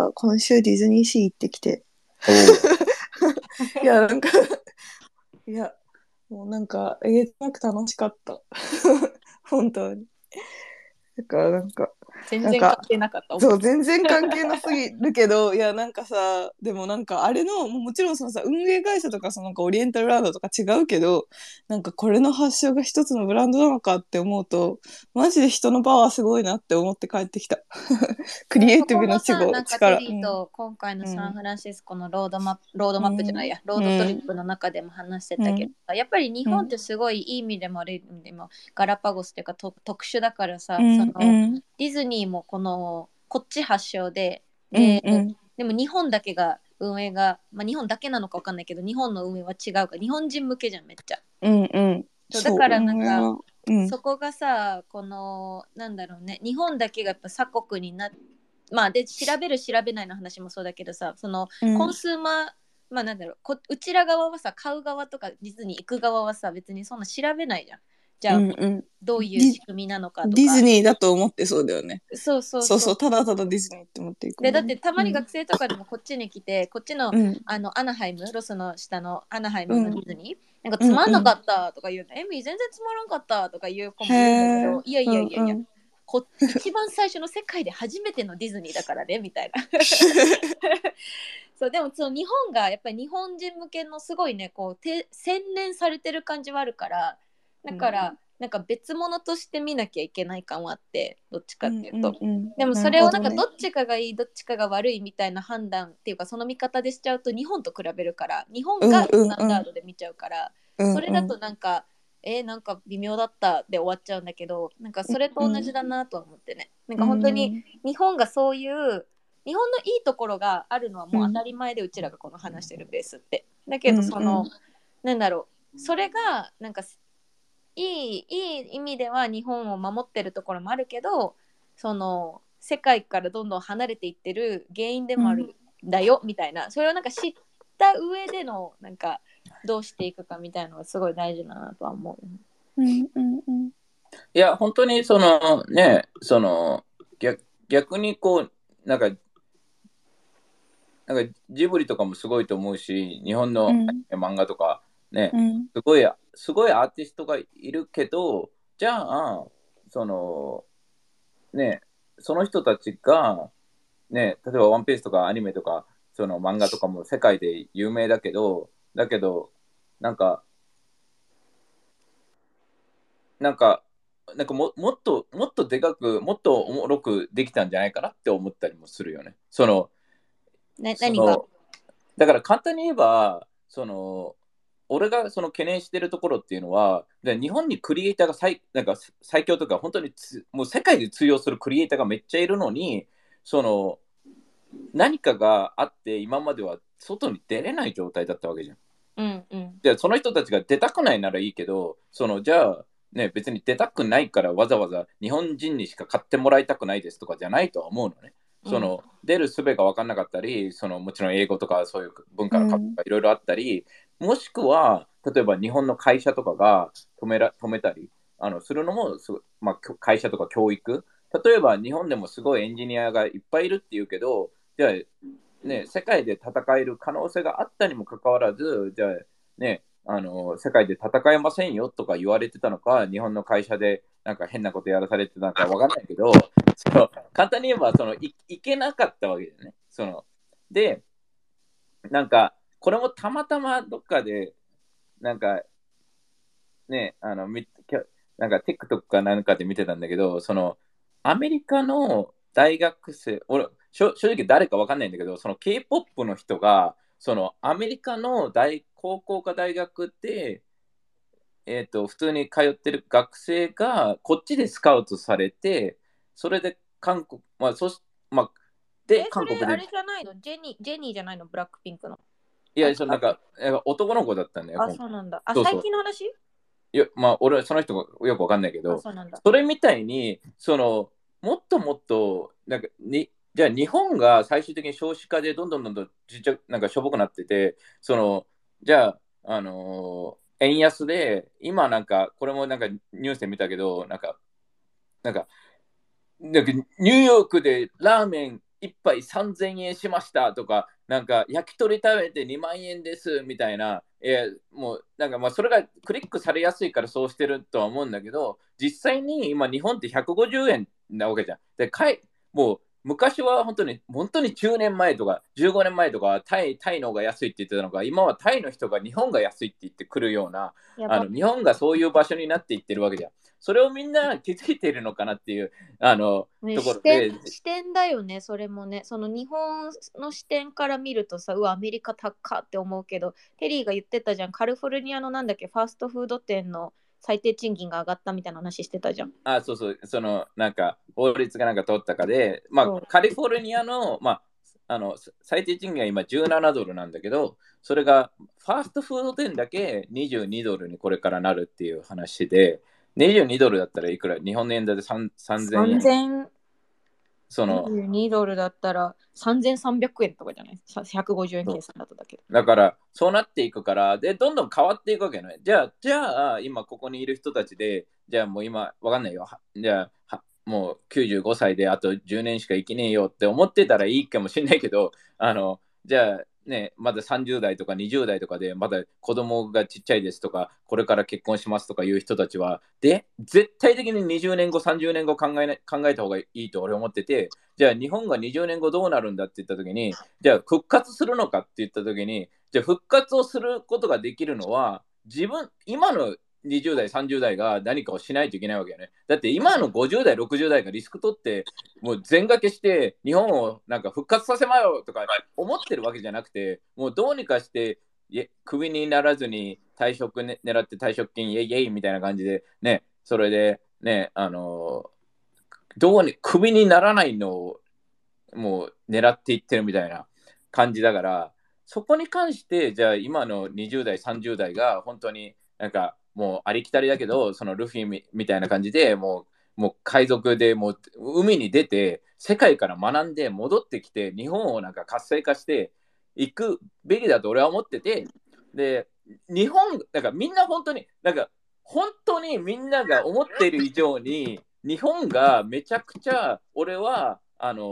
今週ディズニーシー行ってきて。いや、なんかいや、もうなんか、えげつなく楽しかった。本当に。だから全然関係なかった。 そう、全然関係なすぎるけど、いや、なんかさ、でもなんかあれの、もちろんそのさ、運営会社とか、そのなんかオリエンタルランドとか違うけど、なんかこれの発祥が一つのブランドなのかって思うと、マジで人のパワーすごいなって思って帰ってきた。クリエイティブのそこもさ、なんかテ力。 リーと今回のサンフランシスコのロードマップじゃないや、ロードトリップの中でも話してたけど、やっぱり日本ってすごいいい意味でも悪い意味でもガラパゴスっていうか特殊だからさ、そのディズニーもこっち発祥で、でも日本だけが運営が、日本だけなのか分かんないけど、日本の運営は違うから、日本人向けじゃん、めっちゃ。だからなんか、そこがさ、なんだろうね、日本だけがやっぱ鎖国になって、で調べないの話もそうだけどさ、そのコンスーマー、なんだろう、うちら側はさ、買う側とかディズニー行く側はさ、別にそんな調べないじゃん。じゃあ、どういう仕組みなのかとか。 ディズニーだと思ってそうだよね。 そう、 ただただディズニーって思っていくもんね。 で、だってたまに学生とかでもこっちに来て、こっちの、アナハイム、ロスの下のアナハイムのディズニー、なんかつまんなかったとか言うの、エミー全然つまらんかったとか言う子もいるんだけど、いや、一番最初の世界で初めてのディズニーだからねみたいな。そうでもその日本がやっぱり日本人向けのすごいね洗練されてる感じはあるから、だから、なんか別物として見なきゃいけない感はあって、どっちかっていうと、でもそれをなんかどっちかがいいどっちかが悪いみたいな判断っていうか、その見方でしちゃうと日本と比べるから、日本がスタンダードで見ちゃうから、それだとなんかなんか微妙だったで終わっちゃうんだけど、なんかそれと同じだなとは思ってね、なんか本当に日本がそういう日本のいいところがあるのはもう当たり前で、うちらがこの話してるベースって。だけどなんだろう、それがなんかいい意味では日本を守ってるところもあるけど、その世界からどんどん離れていってる原因でもあるんだよみたいな、それをなんか知った上でのなんかどうしていくかみたいなのがすごい大事だなとは思う。 いや本当にそのね、その逆になんかジブリとかもすごいと思うし、日本の漫画とかね、すごいアーティストがいるけど、じゃあその人たちがね、例えばワンピースとかアニメとかその漫画とかも世界で有名だけど、なんかもっとでかく、もっとおもろくできたんじゃないかなって思ったりもするよね。 何がだから簡単に言えば、俺がその懸念してるところっていうのは、日本にクリエイターがなんか最強とか、本当にもう世界で通用するクリエイターがめっちゃいるのに、何かがあって今までは外に出れない状態だったわけじゃん。じゃあその人たちが出たくないならいいけど、じゃあね、別に出たくないからわざわざ日本人にしか買ってもらいたくないですとかじゃないとは思うのね。出る術が分かんなかったり、もちろん英語とかそういう文化の壁がいろいろあったり、もしくは例えば日本の会社とかが止めたりするのも会社とか教育、例えば日本でもすごいエンジニアがいっぱいいるっていうけど、じゃあね、世界で戦える可能性があったにもかかわらず、じゃあね、世界で戦えませんよとか言われてたのか、日本の会社でなんか変なことやらされてたのかわかんないけど、簡単に言えばいけなかったわけだよね。で、なんかこれもたまたまどっかでなんかね、なんか TikTok かなんかで見てたんだけど、アメリカの大学生、正直誰かわかんないんだけど、K-POP の人が、アメリカの高校か大学で、普通に通ってる学生が、こっちでスカウトされて、それで韓国、 韓国で。あれじゃないの？ジェニーじゃないの？ブラックピンクの。 いや、なんか、男の子だったんだよ。 あ、そうなんだ。最近の話？ いや、俺、その人がよくわかんないけど、それみたいに、もっともっと、じゃあ日本が最終的に少子化でどんどんなんかしょぼくなってて、じゃあ、円安で、今なんか、これもなんかニュースで見たけど、なんかニューヨークでラーメン一杯3000円しましたとか、なんか焼き鳥食べて2万円ですみたいな、もうなんかまあそれがクリックされやすいからそうしてるとは思うんだけど、実際に今日本って150円なわけじゃん。で、もう昔は本当に10年前とか15年前とかタイの方が安いって言ってたのが、今はタイの人が日本が安いって言ってくるような、日本がそういう場所になっていってるわけじゃん。それをみんな気づいているのかなっていうところで、 視点だよね。それもね、その日本の視点から見るとさ、アメリカ高って思うけど、テリーが言ってたじゃん、カリフォルニアのなんだっけ、ファーストフード店の最低賃金が上がったみたいな話してたじゃん。 そうそう、なんか法律がなんか通ったかで、カリフォルニアの、最低賃金が今17ドルなんだけど、それがファーストフード店だけ22ドルにこれからなるっていう話で、22ドルだったらいくら？日本の円で3000円。 22ドルだったら3300円とかじゃない？ 150 円計算だとだけど。 だからそうなっていくから、でどんどん変わっていくわけね。じゃあ今ここにいる人たちで、じゃあもう今わかんないよ。じゃあもう95歳であと10年しか生きねえよって思ってたらいいかもしれないけど、じゃあね、まだ30代とか20代とかでまだ子供がちっちゃいですとか、これから結婚しますとかいう人たちは、で絶対的に20年後30年後考えた方がいいと俺は思ってて、じゃあ日本が20年後どうなるんだって言った時に、じゃあ復活するのかって言った時に、じゃあ復活をすることができるのは今の20代、30代が何かをしないといけないわけよね。だって今の50代、60代がリスク取って、もう全掛けして日本をなんか復活させまよとか思ってるわけじゃなくて、もうどうにかしてクビにならずに退職、狙って退職金イエイイエイみたいな感じでね、それでね、どうにクビにならないのをもう狙っていってるみたいな感じだから、そこに関してじゃあ今の20代、30代が本当になんかもうありきたりだけど、そのルフィみたいな感じでもう海賊でもう海に出て世界から学んで戻ってきて日本をなんか活性化していくべきだと俺は思ってて、で日本なんかみんな本当にみんなが思っている以上に日本がめちゃくちゃ俺は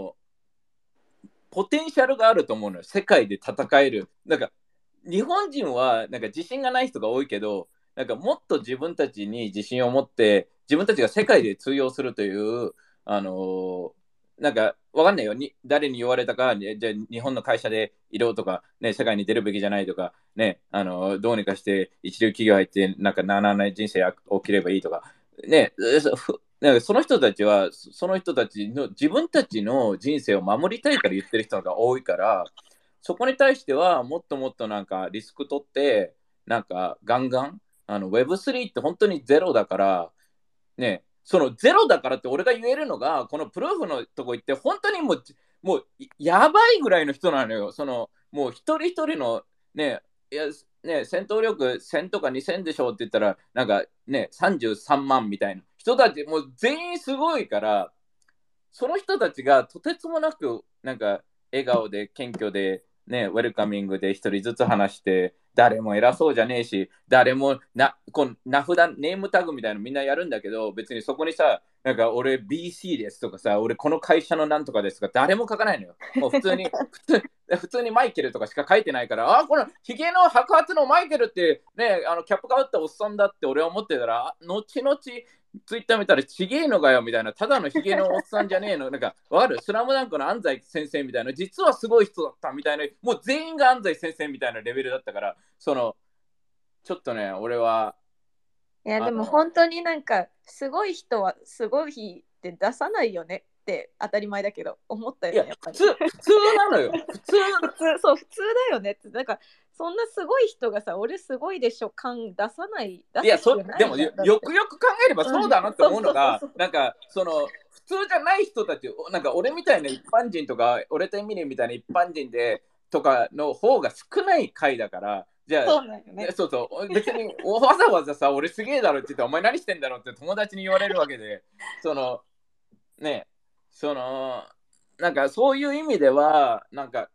ポテンシャルがあると思うのよ。世界で戦える。なんか日本人はなんか自信がない人が多いけど、なんかもっと自分たちに自信を持って自分たちが世界で通用するというなんかわかんないよ。誰に言われたか、じゃあ日本の会社でいろとか、ね、世界に出るべきじゃないとか、ね、どうにかして一流企業入ってなんかならない人生起きればいいとか、ね、なんかその人たちはその人たちの自分たちの人生を守りたいから言ってる人が多いから、そこに対してはもっともっとなんかリスク取ってなんかガンガンWeb3 って本当にゼロだからね、そのゼロだからって俺が言えるのがこのプルーフのとこ行って本当にもうやばいぐらいの人なのよ。もう一人一人のね、戦闘力1000とか2000でしょって言ったらなんかね33万みたいな人たちもう全員すごいから、その人たちがとてつもなくなんか笑顔で謙虚でね、ウェルカミングで一人ずつ話して、誰も偉そうじゃねえし、誰もこの名札、ネームタグみたいなのみんなやるんだけど、別にそこにさ、なんか俺 BC ですとかさ、俺この会社のなんとかですとか誰も書かないのよ。もう普通にマイケルとかしか書いてないから、このヒゲの白髪のマイケルってね、キャップかぶったおっさんだって俺は思ってたら、後々ツイッター見たらちげえのかよみたいな、ただのヒゲのおっさんじゃねえの、なんかわかる？スラムダンクの安西先生みたいな、実はすごい人だったみたいな、もう全員が安西先生みたいなレベルだったから、ちょっとね、俺は。 いやでも本当になんかすごい人はすごいって出さないよねって当たり前だけど思ったよね。やっぱり普通なのよ。普通だよねって。なんかそんなすごい人がさ、俺すごいでしょ感出さない。 いやでもよくよく考えればそうだなって思うのが、なんか普通じゃない人たち、なんか俺みたいな一般人とか、俺とエミリーみたいな一般人でとかの方が少ない回だから。じゃあそうなんよね。 そう別にわざわざさ俺すげえだろって言ってお前何してんだろって友達に言われるわけで、ね、なんかそういう意味ではなんか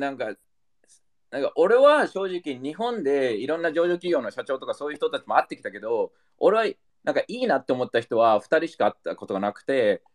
俺は正直日本でいろんな上場企業の社長とかそういう人たちも会ってきたけど、俺はなんかいいなって思った人は2人しか会ったことがなくて、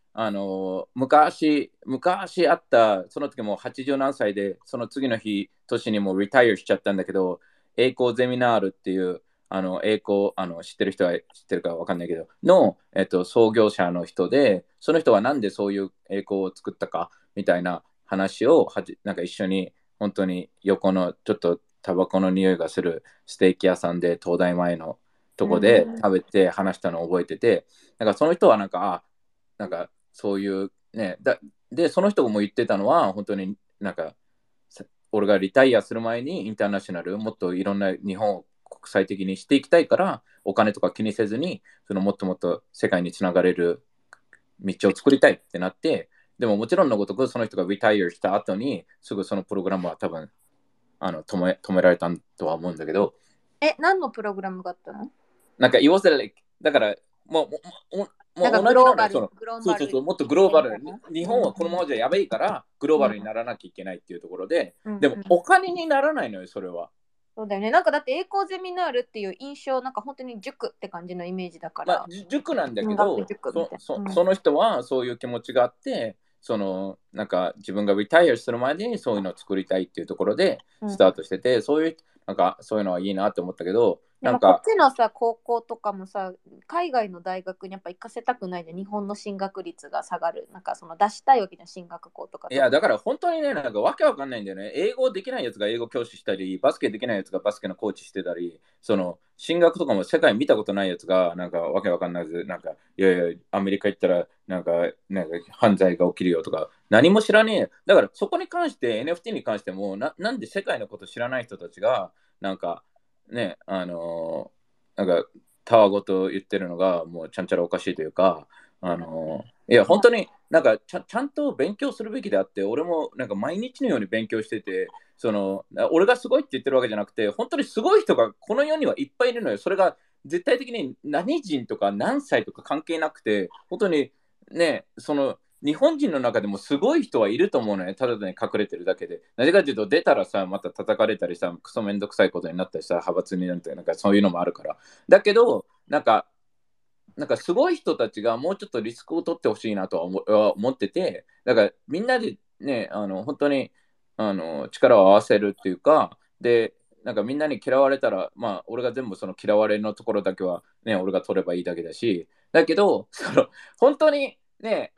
昔あった、その時も80何歳で、その次の年にもリタイアしちゃったんだけど、栄光ゼミナールっていう、栄光、知ってる人は知ってるかわかんないけど、創業者の人で、その人はなんでそういう栄光を作ったかみたいな話をなんか一緒に、本当に横のちょっとタバコの匂いがするステーキ屋さんで、東大前のとこで食べて話したのを覚えてて、なんかその人はなんかそういうね、で、その人も言ってたのは、本当になんか、俺がリタイアする前にインターナショナル、もっといろんな日本を国際的にしていきたいから、お金とか気にせずに、もっともっと世界につながれる道を作りたいってなって、でももちろんのごとく、その人がリタイアした後に、すぐそのプログラムは多分、止められたとは思うんだけど。 何のプログラムがあったの？ なんか、だから、もう同じのね、そう、もっとグローバル。日本はこのままじゃやべえから、グローバルにならなきゃいけないっていうところで、でもお金にならないのよ、それは。 そうだよね。なんかだって栄光ゼミナールっていう印象、なんか本当に塾って感じのイメージだから。 塾なんだけど、その人はそういう気持ちがあって、なんか自分がリタイアする前にそういうのを作りたいっていうところでスタートしてて、そういうのはいいなって思ったけど、 なんかこっちのさ、高校とかもさ、海外の大学にやっぱ行かせたくないで、日本の進学率が下がる。なんかその出したいわけじゃん、進学校とか。 いや、だから本当にね、なんかわけわかんないんだよね。英語できないやつが英語教師したり、バスケできないやつがバスケのコーチしてたり、進学とかも世界見たことないやつが、なんかわけわかんないで、なんか、いやいや、アメリカ行ったら、なんか犯罪が起きるよとか、何も知らねえ。だからそこに関して、NFT に関しても、なんで世界のこと知らない人たちが、なんか、ね、なんか、たわごと言ってるのが、もうちゃんちゃらおかしいというか、いや、本当になんかちゃんと勉強するべきであって、俺もなんか毎日のように勉強してて、俺がすごいって言ってるわけじゃなくて、本当にすごい人がこの世にはいっぱいいるのよ。それが絶対的に何人とか何歳とか関係なくて、本当にね、日本人の中でもすごい人はいると思うのよ。ただで隠れてるだけで。なぜかというと、出たらさ、また叩かれたりさ、クソめんどくさいことになったりさ、派閥になってなんかそういうのもあるから。だけど、なんかすごい人たちがもうちょっとリスクを取ってほしいなとは思ってて、だからみんなでね、本当に力を合わせるっていうか、で、なんかみんなに嫌われたら、まあ、俺が全部その嫌われのところだけはね、俺が取ればいいだけだし、だけど、本当にね、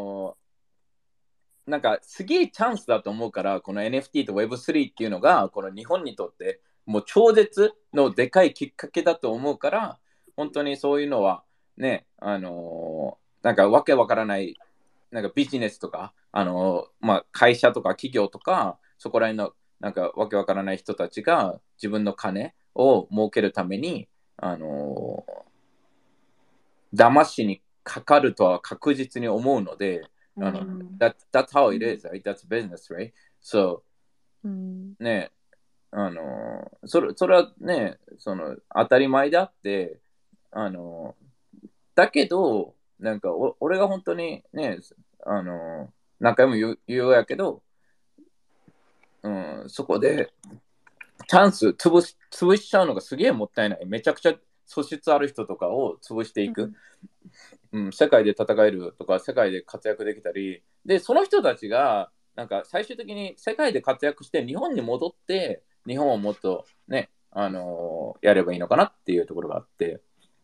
なんかすげえチャンスだと思うから、この NFT と Web3 っていうのが、この日本にとってもう超絶のでかいきっかけだと思うから、本当にそういうのはね、なんかわけわからない、なんかビジネスとか、まあ、会社とか企業とか、そこら辺のなんかわけわからない人たちが自分の金を儲けるために、騙しにかかるとは確実に思うので、that's how it is, right? That's business, right? So, ね、それはね、当たり前であって、だけど、なんか俺が本当にね、何回も言うやけど、そこでチャンス潰しちゃうのがすげえもったいない。めちゃくちゃ素質ある人とかを潰していく。世界で戦えるとか、世界で活躍できたり、で、その人たちが、なんか最終的に世界で活躍して日本に戻って、日本をもっとね、やればいいのかなっていうところがあって。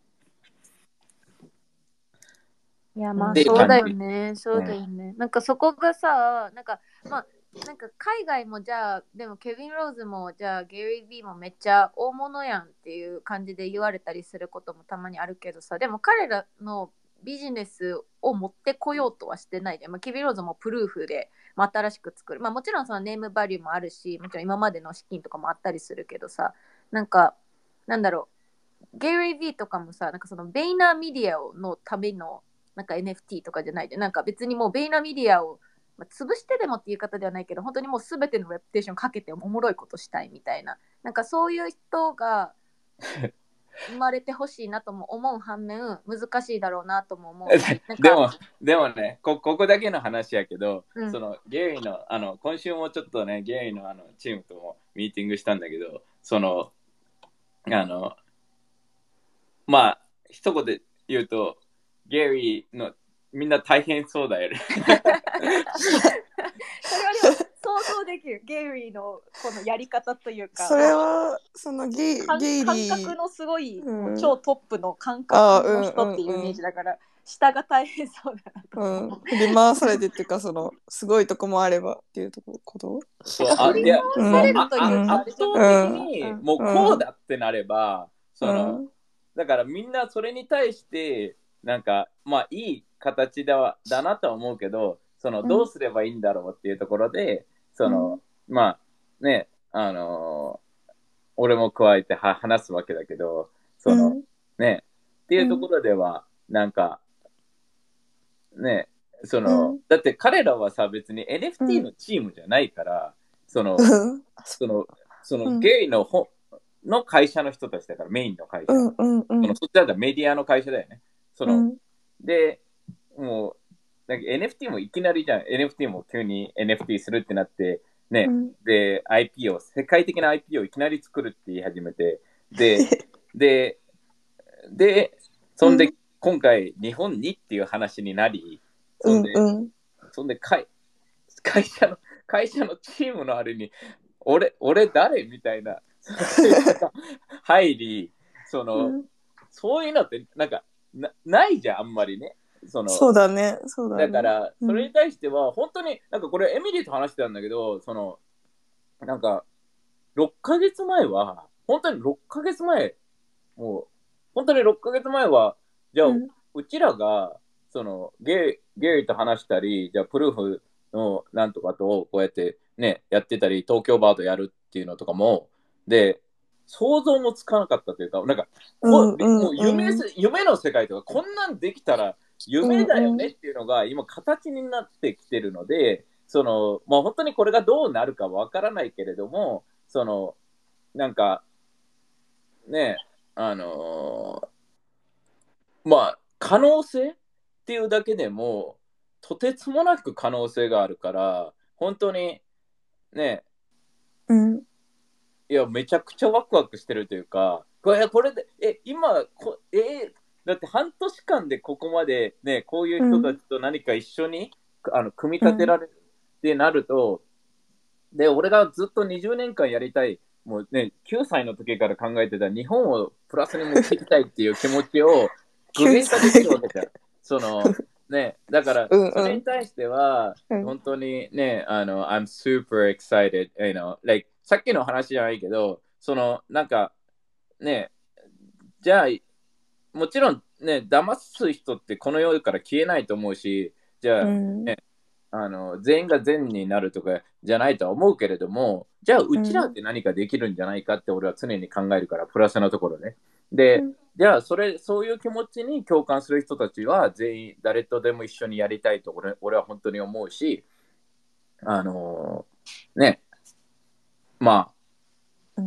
いや、まあそうだよね。そうだよね。なんかそこがさ、なんか海外もじゃあ、でもケビン・ローズもじゃあゲリー・ビーもめっちゃ大物やんっていう感じで言われたりすることもたまにあるけどさ、でも彼らのビジネスを持ってこようとはしてないで、まあ、ケビン・ローズもプルーフで、まあ、新しく作る。まあもちろんそのネームバリューもあるし、もちろん今までの資金とかもあったりするけどさ、なんか、なんだろう、ゲリー・ビーとかもさ、なんかそのベイナーメディアのためのなんか NFT とかじゃないで、なんか別にもうベイナーメディアを潰してでもっていう方ではないけど、本当にもう全てのレプテーションかけておもろいことしたいみたいな、なんかそういう人が生まれてほしいなとも思う反面、難しいだろうなとも思う。 でもね、ここだけの話やけど、そのゲイの、今週もちょっとね、ゲイのチームともミーティングしたんだけど、まあ、一言で言うと、ゲイのみんな大変そうだよね。 それはでも想像できる。ゲイリーのこのやり方というか、 それはそのゲイリー感覚のすごい、もう超トップの感覚の人っていうイメージだから、下が大変そうだなと思う。 振り回されてっていうか、そのすごいとこもあればっていうことそう、振り回されるというか、 圧倒的にもうこうだってなれば、だからみんなそれに対してなんかまあいい形だなとは思うけど、そのどうすればいいんだろうっていうところで、そのまあね、俺も加えて話すわけだけど、そのねっていうところではなんかね、そのだって彼らはさ、別に NFT のチームじゃないから、そのゲイの会社の人たちだから、メインの会社。そっちだったらメディアの会社だよね。で、もう、なんか NFT もいきなりじゃん。NFT も急に NFT するってなって、ね。で、世界的な IP をいきなり作るって言い始めて、で、そんで、今回、日本にっていう話になり、そんで会社のチームのあれに、俺誰みたいな入り、そういうのってなんかないじゃん、あんまりね。 そうだね。 だからそれに対しては本当になんかこれエミリーと話してたんだけど、なんか6ヶ月前は本当に6ヶ月前もう本当に6ヶ月前はじゃあ、うちらがゲイと話したり、じゃあプルーフのなんとかとこうやってねやってたり、東京バードやるっていうのとかもで想像もつかなかったというか、なんかもう夢の世界とかこんなんできたら夢だよねっていうのが今形になってきてるので、まあ本当にこれがどうなるかわからないけれども、なんかね、まあ可能性っていうだけでもとてつもなく可能性があるから、本当にね、いやめちゃくちゃワクワクしてるというか、これで今だって半年間でここまでね、こういう人たちと何か一緒に組み立てられるってなると、で俺がずっと20年間やりたい、もうね9歳の時から考えてた日本をプラスに持っていきたいっていう気持ちを具現化できるわけじゃん。ね、だから、それに対しては、本当にね、I'm super excited, like さっきの話じゃないけど、なんか、ね、じゃあ、もちろんね、騙す人ってこの世から消えないと思うし、じゃあ、ね、全員が善になるとかじゃないとは思うけれども、じゃあ、うちらって何かできるんじゃないかって俺は常に考えるから、プラスのところね。で、じゃあそういう気持ちに共感する人たちは全員誰とでも一緒にやりたいと俺は本当に思うし、ね、まあ、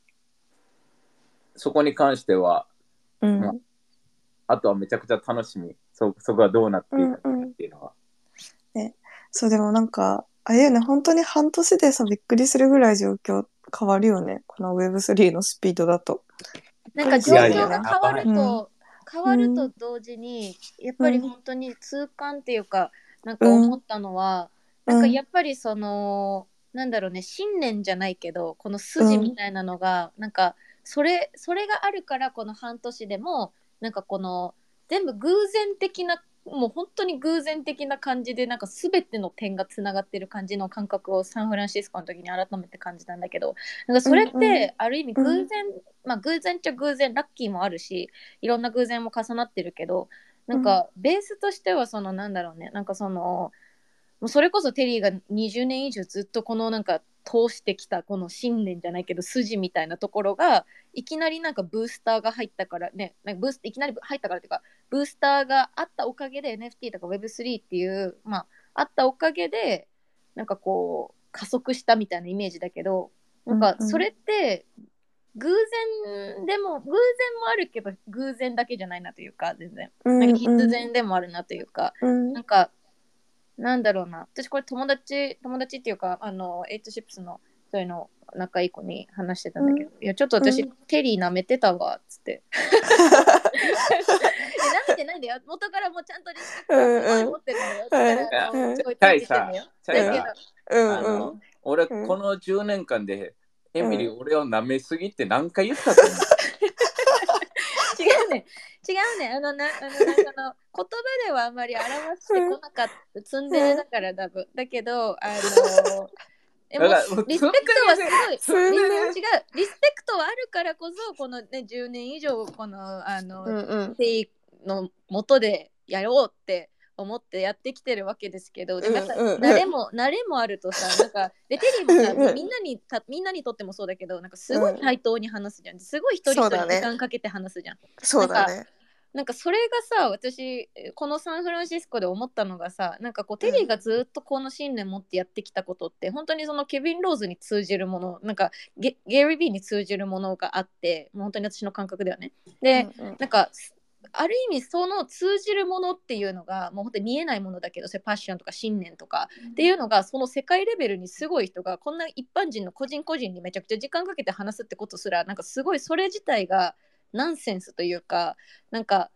そこに関しては、まあ、あとはめちゃくちゃ楽しみ。そこがどうなっていくかっていうのは。 ね、そうでもなんかあれよね、本当に半年でさびっくりするぐらい状況変わるよね、この Web3 のスピードだと。 なんか状況が変わると同時に、やっぱり本当に痛感っていうか、なんか思ったのは、なんかやっぱりなんだろうね、信念じゃないけど、この筋みたいなのが、なんかそれがあるからこの半年でも、なんかこの全部偶然的な、もう本当に偶然的な感じで、なんか全ての点がつながってる感じの感覚をサンフランシスコの時に改めて感じたんだけど、なんかそれってある意味偶然、まあ偶然っちゃ偶然、ラッキーもあるし、いろんな偶然も重なってるけど、なんかベースとしてはなんだろうね、なんかもうそれこそテリーが20年以上ずっとこのなんか通してきたこの信念じゃないけど筋みたいなところがいきなりなんかブースターが入ったからね、なんかいきなり入ったからっていうか、ブースターがあったおかげで NFT とか Web3 っていう、まああったおかげでなんかこう加速したみたいなイメージだけど、なんかそれって偶然もあるけど偶然だけじゃないなというか、全然なんか必然でもあるなというか、なんかなんだろうな、私これ友達っていうかエイトシップスのそういうの仲いい子に話してたんだけど、いやちょっと私、テリー舐めてたわっつってい舐めてないんだよ。元からもうちゃんとリスペクトはすごい持ってるんだよ。だからすごいチャイ感じてるんだよ。だけど、俺この10年間でエミリー俺を舐めすぎって何回言ったと思う。 違うね。なんか言葉ではあんまり表してこなかった。ツンデレだからだけど、リスペクトはすごい。リスペクトはあるからこそ、このね、10年以上、この、定位のもとでやろうって思ってやってきてるわけですけど、でもやっぱ慣れもあるとさ、なんか、で、テリーもさ、みんなにとってもそうだけど、なんかすごい対等に話すじゃん。すごい一人一人時間かけて話すじゃん。 そうだね。 なんかそれがさ、私このサンフランシスコで思ったのがさ、なんかこうテリーがずっとこの信念持ってやってきたことって、本当にそのケビン・ローズに通じるもの、なんかゲリー・ビーに通じるものがあって、もう本当に私の感覚ではね。で、なんかある意味その通じるものっていうのがもう本当に見えないものだけど、それパッションとか信念とかっていうのが、その世界レベルにすごい人がこんな一般人の個人個人にめちゃくちゃ時間かけて話すってことすら、なんかすごいそれ自体がナンセンスというか、なんか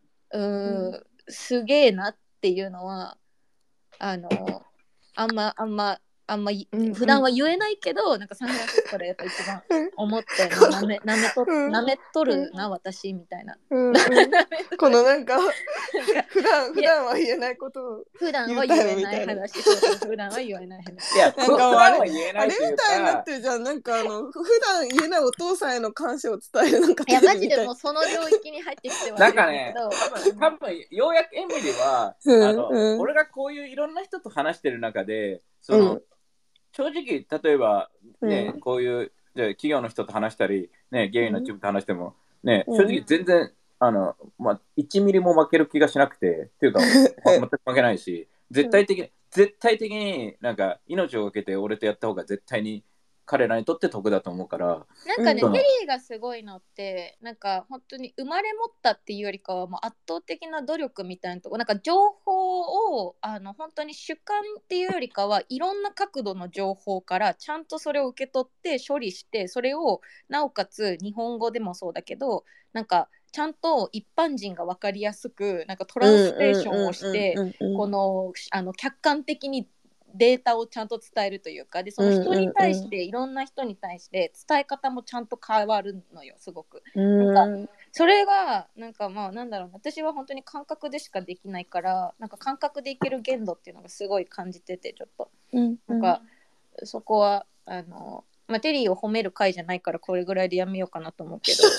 すげえなっていうのはあんま普段は言えないけど、なんかサンフランシスコでやっぱ一番思ってなめとるな私みたいな。 このなんか普段は言えないことを普段は言えない話。普段は言えない話。 いや、普段は言えないというか、あれみたいになってるじゃん。なんか普段言えないお父さんへの感謝を伝えるなんかいやマジでもうその領域に入ってきてはいるんだけど、 多分ようやくエミリーは俺がこういういろんな人と話してる中で、正直例えばね、こういう企業の人と話したりね、ゲイのチームと話してもね、正直全然1ミリも負ける気がしなくて、っていうか全く負けないし、絶対的になんか命を懸けて俺とやった方が絶対に彼らにとって得だと思うから。 なんかね、テリーがすごいのってなんか本当に生まれ持ったっていうよりかはもう圧倒的な努力みたいなとこ、なんか情報を本当に主観っていうよりかはいろんな角度の情報からちゃんとそれを受け取って処理して、それをなおかつ日本語でもそうだけど、なんかちゃんと一般人が分かりやすくなんかトランスレーションをしてこの客観的にデータをちゃんと伝えるというか、でその人に対して、いろんな人に対して伝え方もちゃんと変わるのよ、すごく。なんかそれがなんかなんだろう、私は本当に感覚でしかできないから、なんか感覚でいける限度っていうのがすごい感じてて、ちょっと、なんかそこはテリーを褒める回じゃないからこれぐらいでやめようかなと思うけど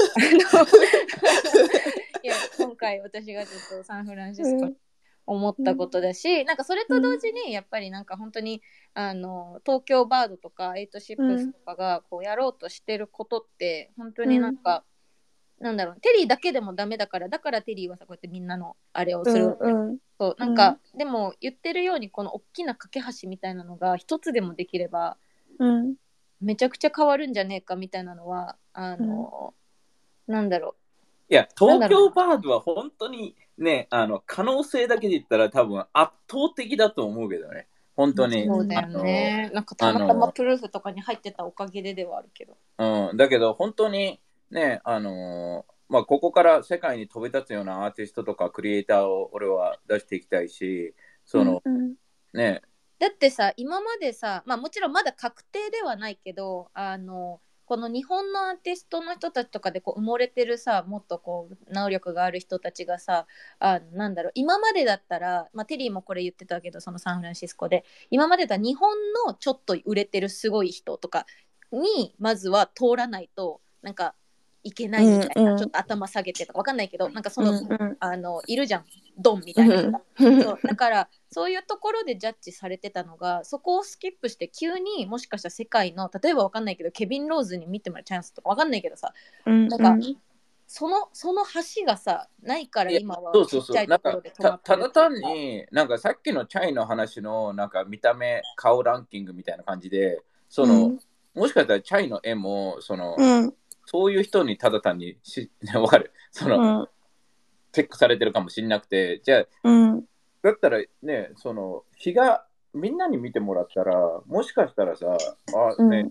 いや今回私がちょっとサンフランシスコ思ったことだし、なんかそれと同時にやっぱりなんか本当に東京バードとかエイトシップスとかがこうやろうとしてることって本当になんか、なんだろう、テリーだけでもダメだからテリーはさこうやってみんなのあれをする、そうなんか、でも言ってるようにこの大きな架け橋みたいなのが一つでもできれば、めちゃくちゃ変わるんじゃねえかみたいなのはなんだろう、 いや東京バードは本当にね、可能性だけで言ったら多分圧倒的だと思うけどね、本当に。 そうだよね。なんかたまたまプルーフとかに入ってたおかげではあるけど。 だけど本当にね、ここから世界に飛び立つようなアーティストとかクリエイターを俺は出していきたいし、ね。 だってさ、今までさ、もちろんまだ確定ではないけど、この日本のアーティストの人たちとかでこう埋もれてるさ、もっとこう能力がある人たちがさ、なんだろう、今までだったら、テリーもこれ言ってたけど、そのサンフランシスコで今までだったら日本のちょっと売れてるすごい人とかにまずは通らないとなんかいけないみたいな、ちょっと頭下げてとかわかんないけど、なんかその、いるじゃん、ドンみたいな人が、そうだからそういうところでジャッジされてたのが、そこをスキップして急にもしかしたら世界の、例えばわかんないけどケビン・ローズに見てもらうチャンスとかわかんないけどさ、なんかその橋がさないから今はちっちゃいところで止まってる。 ただ単になんかさっきのチャイの話のなんか見た目顔ランキングみたいな感じで、その、もしかしたらチャイの絵もその、そういう人にただ単にわかる、その、チェックされてるかもしれなくて、じゃあ、だったらね、その日がみんなに見てもらったら、もしかしたらさ、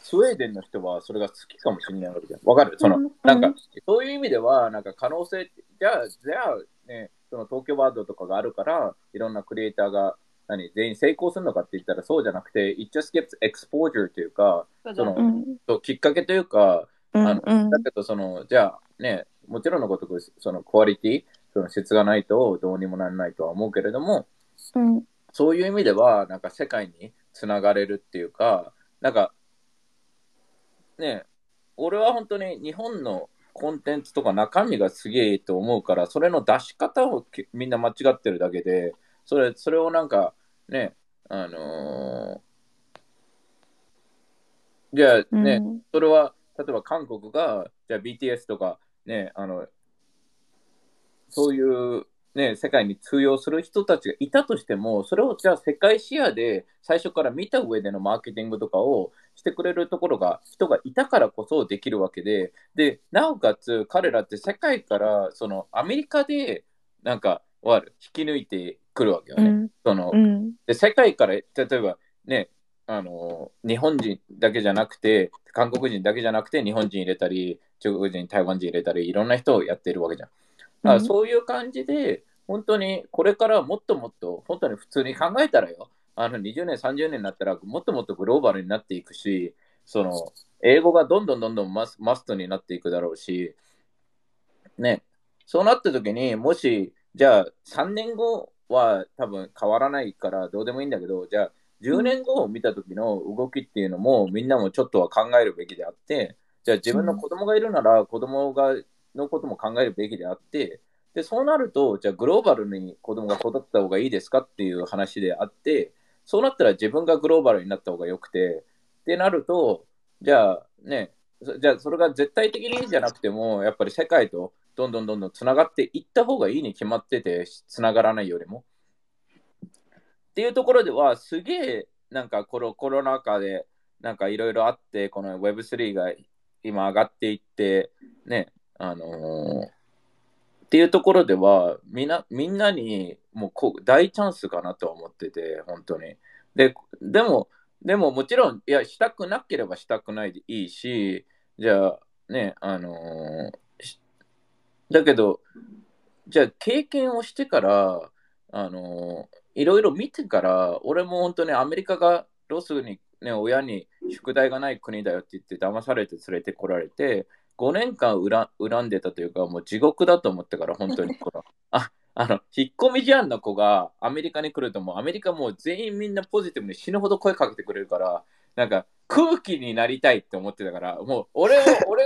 スウェーデンの人はそれが好きかもしれないわけじゃん。わかる？なんか、そういう意味では、なんか可能性、じゃあね、その東京ワードとかがあるから、いろんなクリエイターが、全員成功するのかって言ったらそうじゃなくて、it just gives exposure というか、きっかけというか、だけど、じゃあね、もちろんのごとく、そのクオリティ、その質がないとどうにもならないとは思うけれども、そういう意味では、なんか世界につながれるっていうか、なんか、ね、俺は本当に日本のコンテンツとか中身がすげえと思うから、それの出し方をみんな間違ってるだけで、それをなんか、ね、じゃあね、それは、例えば韓国が、じゃあ BTS とか、ね、そういうね、世界に通用する人たちがいたとしても、それをじゃあ世界視野で最初から見た上でのマーケティングとかをしてくれるところが、人がいたからこそできるわけで、で、なおかつ彼らって世界から、そのアメリカで、なんか、引き抜いてくるわけよね。で、世界から、例えばね、日本人だけじゃなくて、韓国人だけじゃなくて、日本人入れたり、中国人、台湾人入れたり、いろんな人をやっているわけじゃん。そういう感じで、本当にこれからもっともっと、本当に普通に考えたらよ、20年、30年になったら、もっともっとグローバルになっていくし、英語がどんどんマストになっていくだろうし、ね、そうなった時に、もし、じゃあ3年後は多分変わらないからどうでもいいんだけど、じゃあ10年後を見た時の動きっていうのも、みんなもちょっとは考えるべきであって、じゃあ自分の子供がいるなら、子供のことも考えるべきであって、で、そうなると、じゃあグローバルに子供が育った方がいいですかっていう話であって、そうなったら自分がグローバルになった方がよくて、ってなると、じゃあね、じゃあそれが絶対的にじゃなくても、やっぱり世界とどんどんつながっていった方がいいに決まってて、つながらないよりも。っていうところでは、すげえ、なんかコロナ禍で、なんかいろいろあって、この Web3 が今上がっていって、ね、っていうところでは、みんなにもう大チャンスかなとは思ってて、本当に。でも、もちろん、いや、したくなければしたくないでいいし、じゃあ、ね、だけど、じゃあ経験をしてから、いろいろ見てから、俺も本当にアメリカがロスに、ね、親に宿題がない国だよって言って騙されて連れてこられて、5年間恨んでたというか、もう地獄だと思ってから、本当に引っ込み思案の子がアメリカに来ると、もうアメリカもう全員みんなポジティブに死ぬほど声かけてくれるから、なんか空気になりたいって思ってたから、もう俺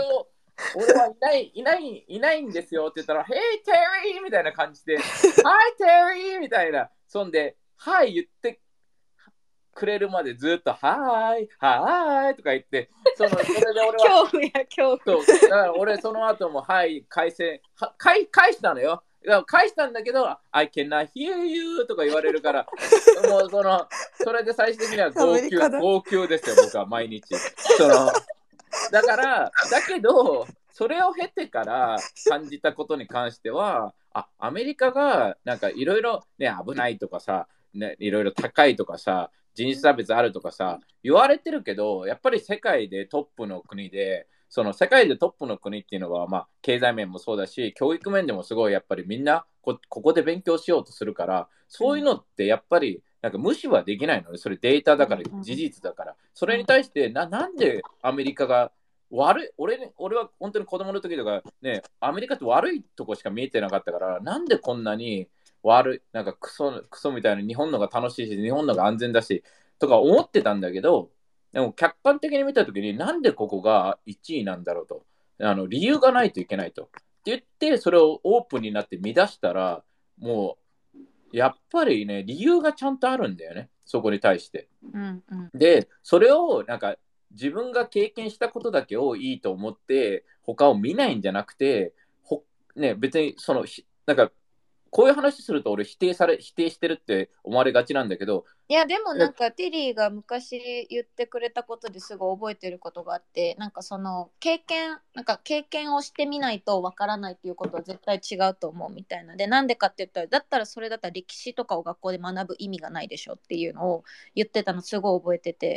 はいないんですよって言ったら、Hey Terry! みたいな感じで、Hi Terry! みたいな、そんで、はい言ってくれるまでずっと、はいとか言って、それで俺は、 恐怖。 そう、だから俺その後も、返したのよ。返したんだけど、I cannot hear you とか言われるから、もうそれで最終的には号泣ですよ、僕は毎日。だけど、それを経てから感じたことに関しては、アメリカがなんかいろいろね、危ないとかさ、ね、いろいろ高いとかさ、人種差別あるとかさ、言われてるけど、やっぱり世界でトップの国で、その世界でトップの国っていうのは、まあ、経済面もそうだし、教育面でもすごい、やっぱりみんなここで勉強しようとするから、そういうのってやっぱり、なんか無視はできないのね。それデータだから、事実だから。それに対して、なんでアメリカが俺は本当に子供の時とかね、アメリカって悪いとこしか見えてなかったから、なんでこんなになんかクソみたいな、日本のが楽しいし、日本のが安全だし、とか思ってたんだけど、でも客観的に見た時に、なんでここが1位なんだろうと。理由がないといけないと。って言って、それをオープンになって見出したら、もう、やっぱりね、理由がちゃんとあるんだよね。そこに対して。で、それをなんか自分が経験したことだけをいいと思って他を見ないんじゃなくて、別になんかこういう話すると俺否定してるって思われがちなんだけど、 いやでもなんかテリーが昔言ってくれたことですごい覚えてることがあって、なんか経験をしてみないとわからないっていうことは絶対違うと思うみたいなで、なんでかって言ったら、だったらそれだったら歴史とかを学校で学ぶ意味がないでしょっていうのを言ってたのすごい覚えてて、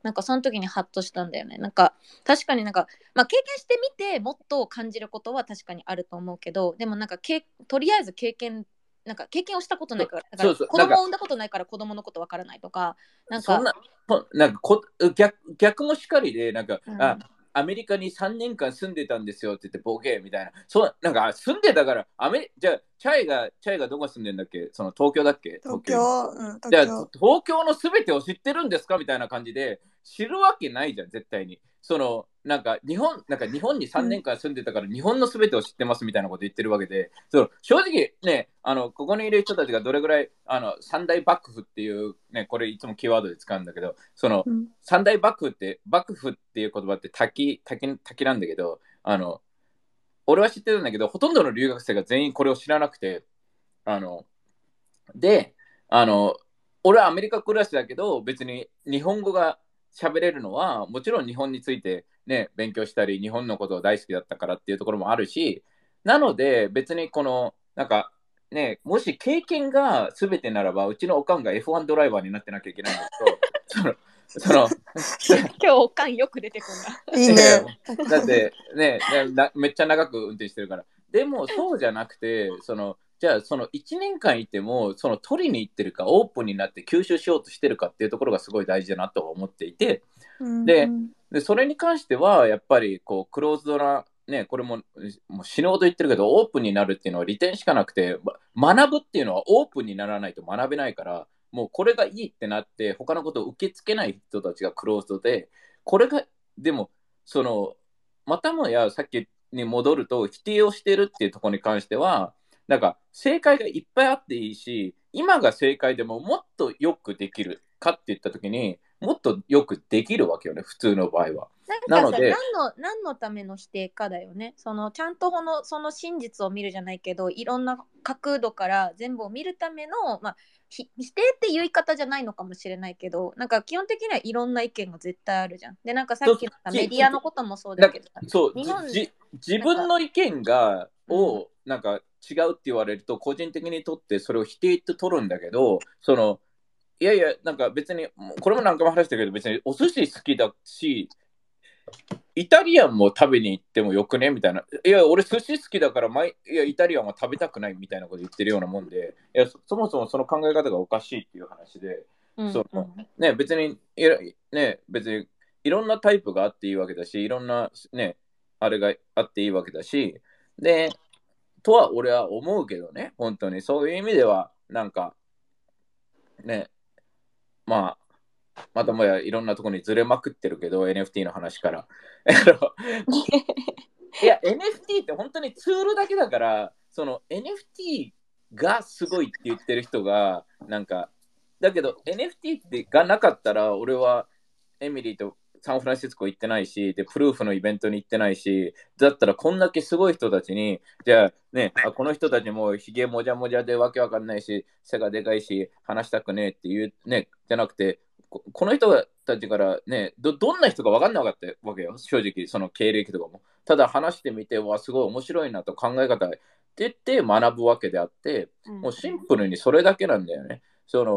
なんかその時にハッとしたんだよね。なんか確かになんか、まあ、経験してみてもっと感じることは確かにあると思うけど、でもなんかとりあえずなんか経験をしたことないから、だから子供を産んだことないから子供のことわからないとか、なんか逆もしかりで、なんか、アメリカに3年間住んでたんですよって言ってボケみたいな。なんか住んでたから、じゃあチャイがどこ住んでんだっけ？その東京だっけ？ 東京。 じゃあ東京のすべてを知ってるんですかみたいな感じで、知るわけないじゃん、絶対に。なんか日本に3年間住んでたから日本のすべてを知ってますみたいなこと言ってるわけで、正直ね、ここにいる人たちがどれぐらい三大幕府っていうね、これいつもキーワードで使うんだけど、三大幕府っていう言葉って滝なんだけど、俺は知ってたんだけど、ほとんどの留学生が全員これを知らなくて、で、俺はアメリカ暮らしだけど、別に日本語が喋れるのは、もちろん日本についてね、勉強したり、日本のことを大好きだったからっていうところもあるし、なので、別になんか、ね、もし経験が全てならば、うちのおかんが F1 ドライバーになってなきゃいけないんだけど、 今日おかんよく出てこない。いいね。 だってね、めっちゃ長く運転してるから。でも、そうじゃなくて、じゃあその1年間いても取りに行ってるかオープンになって吸収しようとしてるかっていうところがすごい大事だなと思っていて、でそれに関してはやっぱりクローズドな、ね、これもう死ぬほど言ってるけどオープンになるっていうのは利点しかなくて、学ぶっていうのはオープンにならないと学べないから、もうこれがいいってなって他のことを受け付けない人たちがクローズドで、これがでもまたもやさっきに戻ると否定をしてるっていうところに関しては、なんか正解がいっぱいあっていいし、今が正解でももっとよくできるかって言った時にもっとよくできるわけよね、普通の場合は。 なので何のための否定かだよね。ちゃんとその真実を見るじゃないけど、いろんな角度から全部を見るための、まあ、否定っていう言い方じゃないのかもしれないけど、なんか基本的にはいろんな意見が絶対あるじゃん。で、なんかさっきのメディアのこともそうだけど、 自分の意見をなんか違うって言われると個人的にとってそれを否定って取るんだけど、いやいや、なんか別にこれも何回も話したけど、別にお寿司好きだしイタリアンも食べに行ってもよくねみたいな。いや、俺寿司好きだからいやイタリアンは食べたくないみたいなこと言ってるようなもんで、いやそもそもその考え方がおかしいっていう話で、ね、別にいろんなタイプがあっていいわけだし、いろんなね、あれがあっていいわけだし、で、とは俺は思うけどね、本当にそういう意味では、なんか、ね、またもやいろんなところにずれまくってるけど、NFT の話から。いや、NFT って本当にツールだけだから、NFT がすごいって言ってる人が、なんか、だけど NFT がなかったら、俺はエミリーとサンフランシスコ行ってないし、で、プルーフのイベントに行ってないし、だったらこんだけすごい人たちに、じゃあね、この人たちもひげもじゃもじゃでわけわかんないし、背がでかいし、話したくねえっていうね、じゃなくて、この人たちからね、どんな人か分かんなかったわけよ、正直、その経歴とかも。ただ話してみて、すごい面白いなと考え方って言って学ぶわけであって、もうシンプルにそれだけなんだよね。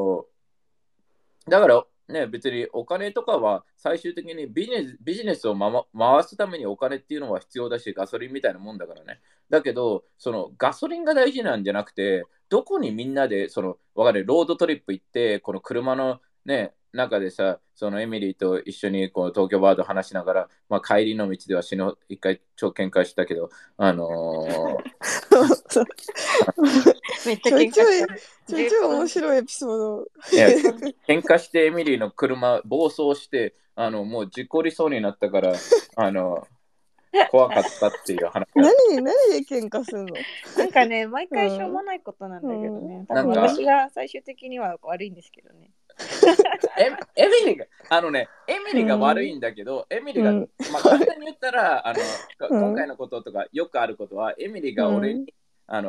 だからね、別にお金とかは最終的にビジネスを、回すためにお金っていうのは必要だし、ガソリンみたいなもんだからね。だけど、ガソリンが大事なんじゃなくて、どこにみんなでわかるロードトリップ行って、この車のね、中でさ、エミリーと一緒に東京バード話しながら、帰りの道では一回超喧嘩したけど、 めっちゃ喧嘩した。 ちょい面白いエピソード。 喧嘩してエミリーの車暴走して、もう事故りそうになったから、怖かったっていう話。 何で喧嘩するの？ なんかね、毎回しょうもないことなんだけどね。多分私が最終的には悪いんですけどね。 エミリーが悪いんだけど、エミリーが、簡単に言ったら、今回のこととかよくあることは、エミリーが俺に、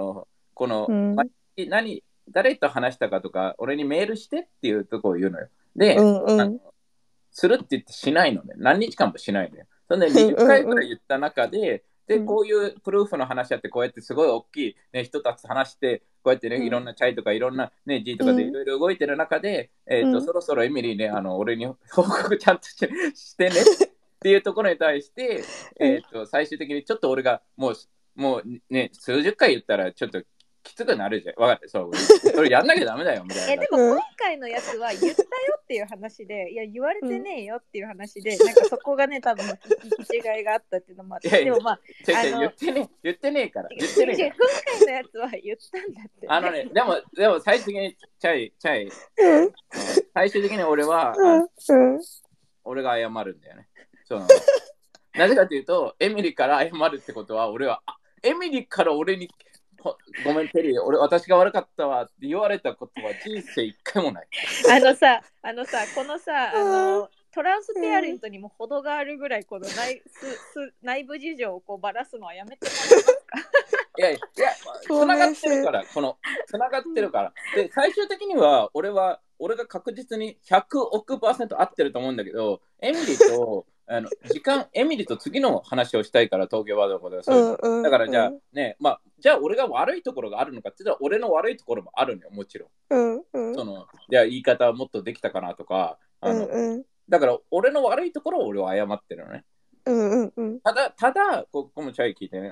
誰と話したかとか、俺にメールしてっていうところを言うのよ。で、するって言ってしないのね。何日間もしないのよ。そんで20回ぐらい言った中で、 で、こういうプルーフの話あって、こうやってすごい大きい、ね、人たちと話して、こうやってね、いろんなチャイとかいろんな、ね、G とかでいろいろ動いてる中で、そろそろエミリーね、俺に報告ちゃんとしてねっていうところに対して、最終的にちょっと俺がもうね、数十回言ったらちょっときつくなるじゃん。分かって、それやんなきゃダメだよみたいな。 でも今回のやつは言ったよっていう話で、いや言われてねえよっていう話で、なんかそこがね、多分聞き違いがあったっていうのもあって、でもまあ、 言ってねえから。言ってねえから。 今回のやつは言ったんだって。 でも最終的にチャイ、最終的に俺は、俺が謝るんだよね。なぜかというと、エミリーから謝るってことは、俺は、エミリーから俺に、ごめん、テリー、私が悪かったわって言われたことは人生一回もない。 このさ、トランスペアレントにも程があるぐらい、この内部事情をこうばらすのはやめてもらえますか？ いや、つながってるから、つながってるから。で、最終的には、俺が確実に100億%合ってると思うんだけど、エミリーと次の話をしたいから、東京ワードのことで。だからじゃあ、ね、じゃあ俺が悪いところがあるのかって言ったら、俺の悪いところもあるのよ、もちろん。じゃあ言い方はもっとできたかなとか、だから俺の悪いところを俺は謝ってるのね。ただ、ここもチャイ聞いてね。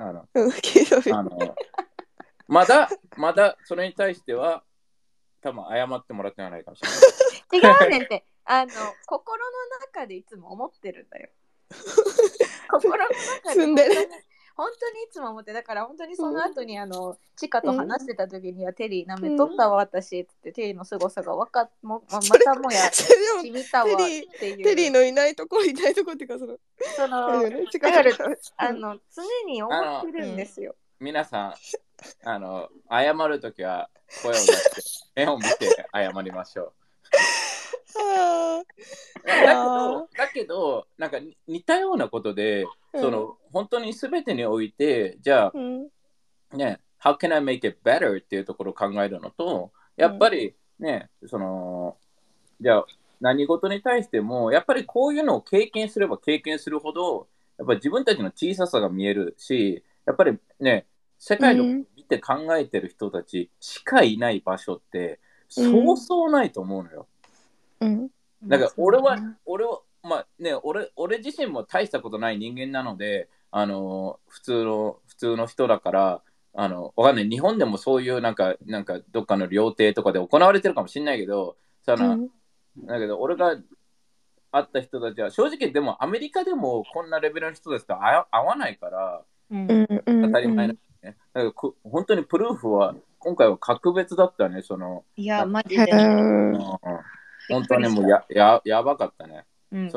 まだそれに対しては、多分謝ってもらってないかもしれない。 違うねんって、心の中でいつも思ってるんだよ。心の中で本当にいつも思って、だから本当にその後にチカと話してた時には、テリーなめとったわ私ってテリーの凄さがまたもや染みたわっていう。 テリーのいないとこっていうかだから常に思ってるんですよ。 皆さん謝るときは声を出して目を見て謝りましょう。だけどなんか似たようなことで、本当に全てにおいてじゃあ、ね、How can I make it better っていうところを考えるのと、やっぱりね、じゃあ何事に対してもやっぱりこういうのを経験すれば経験するほどやっぱり自分たちの小ささが見えるし、やっぱりね、世界の見て考えてる人たちしかいない場所ってそうそうないと思うのよ。だから俺自身も大したことない人間なので、普通の人だから、わかんない。日本でもそういうなんかどっかの料亭とかで行われてるかもしれないけど、だけど俺が会った人たちは正直でもアメリカでもこんなレベルの人たちと会わないから、当たり前なんですね。だから本当にプルーフは今回は格別だったね。 いやマジで。 本当にもうやばかったね。